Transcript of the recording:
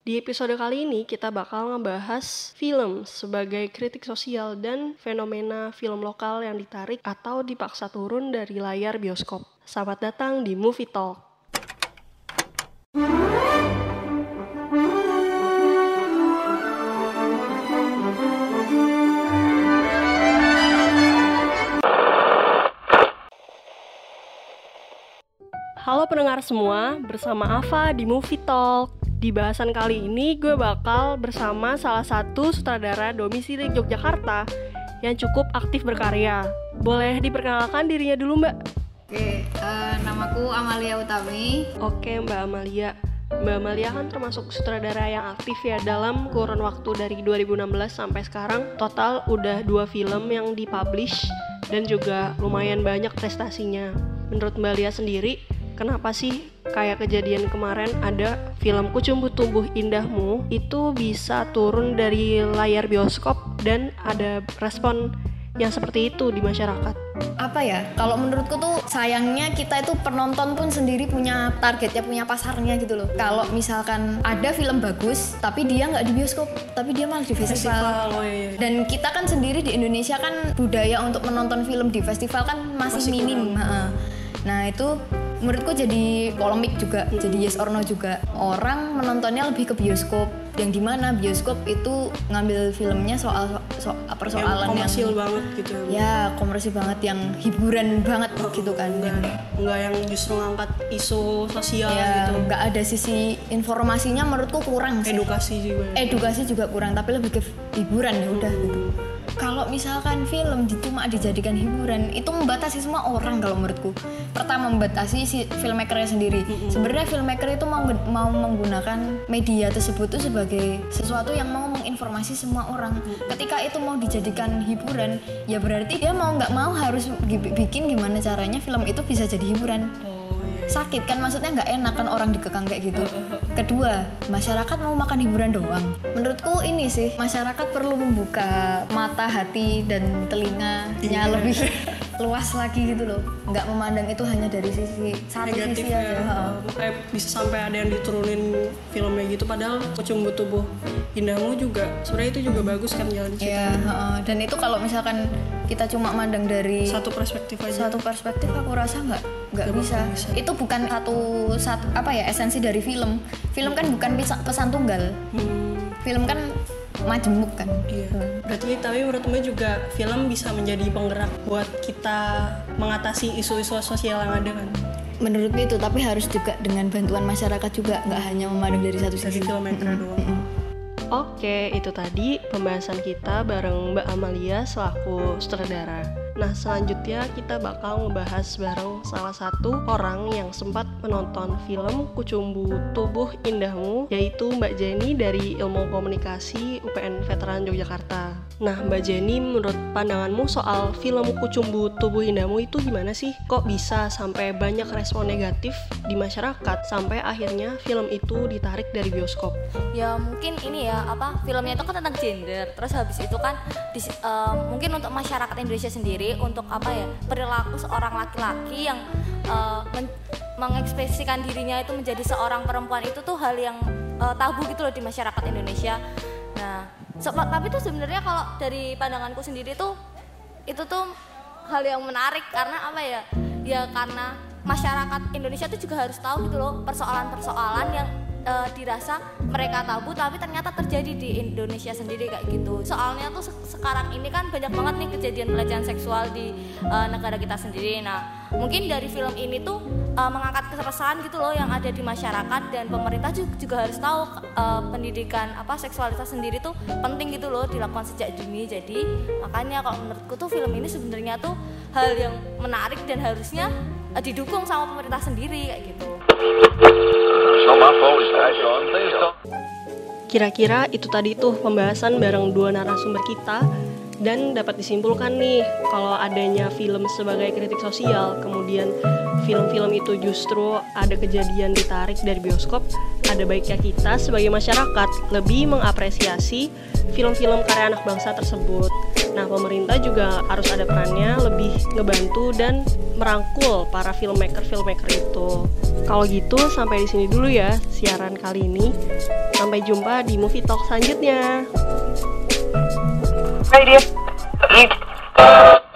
Di episode kali ini kita bakal ngebahas film sebagai kritik sosial dan fenomena film lokal yang ditarik atau dipaksa turun dari layar bioskop. Selamat datang di Movie Talk. Halo pendengar semua, bersama Ava di Movie Talk. Di bahasan kali ini gue bakal bersama salah satu sutradara domisili Yogyakarta yang cukup aktif berkarya. Boleh diperkenalkan dirinya dulu, Mbak? Oke, namaku Amalia Utami. Oke, Mbak Amalia. Mbak Amalia kan termasuk sutradara yang aktif ya dalam kurun waktu dari 2016 sampai sekarang. Total udah 2 film yang dipublish dan juga lumayan banyak prestasinya. Menurut Mbak Alia sendiri, kenapa sih kayak kejadian kemarin ada film Kucumbu Tubuh Indahmu itu bisa turun dari layar bioskop dan ada respon yang seperti itu di masyarakat? Apa ya, kalau menurutku tuh sayangnya kita itu penonton pun sendiri punya targetnya, punya pasarnya gitu loh. Kalau misalkan ada film bagus tapi dia nggak di bioskop, tapi dia malah di festival. Oh, iya. Dan kita kan sendiri di Indonesia kan budaya untuk menonton film di festival kan masih minim. Nah itu menurutku jadi polemik juga, jadi yes or no juga. Orang menontonnya lebih ke bioskop, yang dimana bioskop itu ngambil filmnya soal persoalan yang komersil banget gitu ya, komersil banget, yang hiburan banget gitu kan. Enggak yang justru ngangkat isu sosial ya, gitu. Nggak ada sisi informasinya, menurutku kurang sih. Edukasi juga kurang, tapi lebih ke hiburan ya udah gitu. Kalau misalkan film cuma dijadikan hiburan, itu membatasi semua orang kalau menurutku. Pertama membatasi si filmmakernya sendiri. Sebenarnya filmmaker itu mau menggunakan media tersebut tuh sebagai sesuatu yang mau menginformasi semua orang. Ketika itu mau dijadikan hiburan, ya berarti dia mau nggak mau harus bikin gimana caranya film itu bisa jadi hiburan. Sakit kan, maksudnya nggak enak kan orang dikekang kayak gitu. Kedua, masyarakat mau makan hiburan doang. Menurutku ini sih, masyarakat perlu membuka mata, hati, dan telinganya lebih luas lagi gitu loh. Nggak memandang itu hanya dari sisi satu negatif sisi aja. Kayak bisa sampai ada yang diturunin filmnya gitu, padahal Kucumbu Tubuh Indahmu juga sebenarnya itu juga bagus kan jalan cerita. Ya, dan itu kalau misalkan kita cuma mandang dari satu perspektif aja. Satu perspektif aku rasa nggak bisa. Itu bukan satu apa ya, esensi dari film. Film kan bukan pesan tunggal. Film kan majemuk kan. Iya. Berarti tapi menurut Mbak juga film bisa menjadi penggerak buat kita mengatasi isu-isu sosial yang ada kan? Menurutku itu, tapi harus juga dengan bantuan masyarakat juga, nggak hanya memandang dari satu sisi. Filmmaker doang. Oke, itu tadi pembahasan kita bareng Mbak Amalia selaku sutradara. Nah, selanjutnya kita bakal ngebahas bareng salah satu orang yang sempat menonton film Kucumbu Tubuh Indahmu, yaitu Mbak Jenny dari Ilmu Komunikasi UPN Veteran Yogyakarta. Nah, Mbak Jenny, menurut pandanganmu soal film Kucumbu Tubuh Indahmu itu gimana sih? Kok bisa sampai banyak respon negatif di masyarakat sampai akhirnya film itu ditarik dari bioskop? Ya mungkin ini ya, filmnya itu kan tentang gender. Terus habis itu kan mungkin untuk masyarakat Indonesia sendiri, untuk perilaku seorang laki-laki yang mengekspresikan dirinya itu menjadi seorang perempuan itu tuh hal yang tabu gitu loh di masyarakat Indonesia. Nah, tapi tuh sebenarnya kalau dari pandanganku sendiri tuh itu tuh hal yang menarik karena ya karena masyarakat Indonesia tuh juga harus tahu gitu loh persoalan-persoalan yang dirasa mereka tabu tapi ternyata terjadi di Indonesia sendiri kayak gitu. Soalnya tuh sekarang ini kan banyak banget nih kejadian pelecehan seksual di negara kita sendiri. Nah, mungkin dari film ini tuh mengangkat keresahan gitu loh yang ada di masyarakat, dan pemerintah juga harus tahu pendidikan seksualitas sendiri tuh penting gitu loh dilakukan sejak dini. Jadi makanya kalau menurutku tuh film ini sebenarnya tuh hal yang menarik dan harusnya didukung sama pemerintah sendiri kayak gitu. Kira-kira itu tadi tuh pembahasan bareng dua narasumber kita, dan dapat disimpulkan nih kalau adanya film sebagai kritik sosial, kemudian film-film itu justru ada kejadian ditarik dari bioskop, ada baiknya kita sebagai masyarakat lebih mengapresiasi film-film karya anak bangsa tersebut. Nah, pemerintah juga harus ada perannya lebih ngebantu dan merangkul para filmmaker itu. Kalau gitu sampai di sini dulu ya siaran kali ini. Sampai jumpa di Movie Talk selanjutnya. Hai dia.